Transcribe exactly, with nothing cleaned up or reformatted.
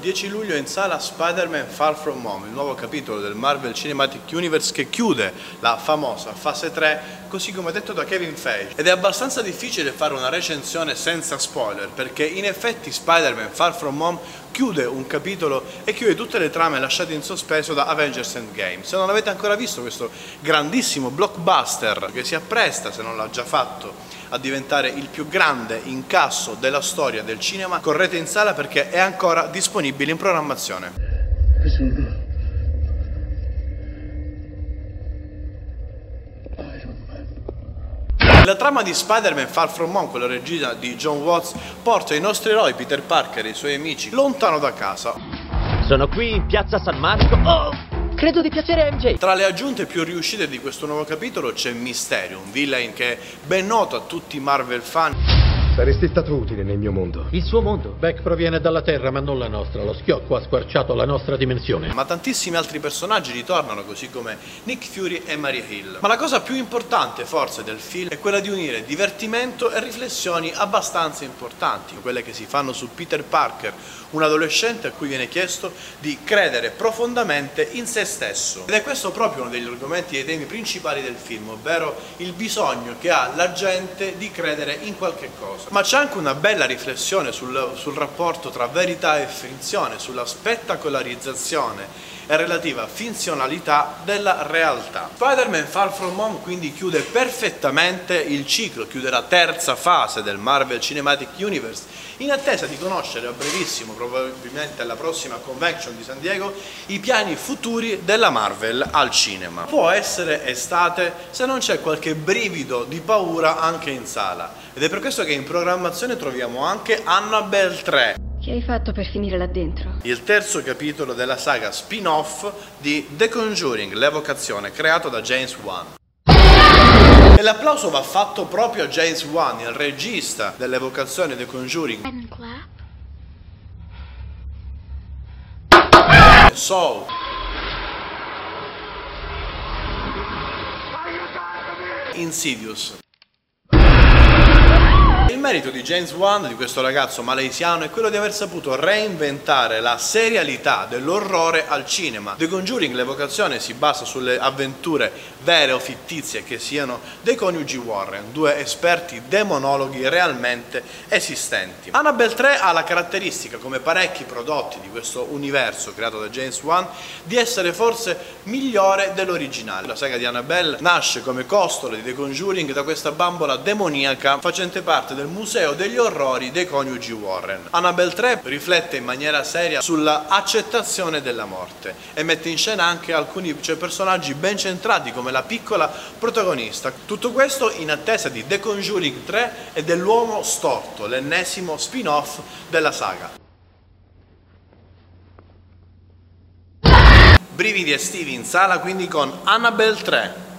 dieci luglio in sala Spider-Man Far From Home, il nuovo capitolo del Marvel Cinematic Universe che chiude la famosa fase tre, così come detto da Kevin Feige. Ed è abbastanza difficile fare una recensione senza spoiler, perché in effetti Spider-Man Far From Home chiude un capitolo e chiude tutte le trame lasciate in sospeso da Avengers Endgame. Se non avete ancora visto questo grandissimo blockbuster che si appresta, se non l'ha già fatto, a diventare il più grande incasso della storia del cinema, correte in sala perché è ancora disponibile in programmazione. La trama di Spider-Man Far From Home, con la regia di Jon Watts, porta i nostri eroi Peter Parker e i suoi amici lontano da casa. Sono qui in piazza San Marco. Oh! Credo di piacere a M J. Tra le aggiunte più riuscite di questo nuovo capitolo c'è Mysterio, un villain che è ben noto a tutti i Marvel fan. Saresti stato utile nel mio mondo. Il suo mondo? Beck proviene dalla Terra, ma non la nostra. Lo schiocco ha squarciato la nostra dimensione. Ma tantissimi altri personaggi ritornano, così come Nick Fury e Maria Hill. Ma la cosa più importante forse del film è quella di unire divertimento e riflessioni abbastanza importanti, quelle che si fanno su Peter Parker, un adolescente a cui viene chiesto di credere profondamente in se stesso. Ed è questo proprio uno degli argomenti e dei temi principali del film, ovvero il bisogno che ha la gente di credere in qualche cosa. Ma c'è anche una bella riflessione sul, sul rapporto tra verità e finzione, sulla spettacolarizzazione e relativa finzionalità della realtà. Spider-Man Far From Home quindi chiude perfettamente il ciclo, chiude la terza fase del Marvel Cinematic Universe, in attesa di conoscere a brevissimo, probabilmente alla prossima convention di San Diego, i piani futuri della Marvel al cinema. Può essere estate se non c'è qualche brivido di paura anche in sala, ed è per questo che in programmazione troviamo anche Annabelle tre. Che hai fatto per finire là dentro? Il terzo capitolo della saga spin-off di The Conjuring, l'evocazione, creato da James Wan. E l'applauso va fatto proprio a James Wan, il regista dell'evocazione The Conjuring. So. Insidious. Il merito di James Wan, di questo ragazzo malaysiano, è quello di aver saputo reinventare la serialità dell'orrore al cinema. The Conjuring, l'evocazione, si basa sulle avventure vere o fittizie che siano dei coniugi Warren, due esperti demonologhi realmente esistenti. Annabelle tre ha la caratteristica, come parecchi prodotti di questo universo creato da James Wan, di essere forse migliore dell'originale. La saga di Annabelle nasce come costolo di The Conjuring da questa bambola demoniaca facente parte del museo degli orrori dei coniugi Warren. Annabelle tre riflette in maniera seria sulla accettazione della morte e mette in scena anche alcuni cioè, personaggi ben centrati come la piccola protagonista. Tutto questo in attesa di The Conjuring tre e dell'Uomo Storto, l'ennesimo spin-off della saga. Brividi estivi in sala quindi con Annabelle tre.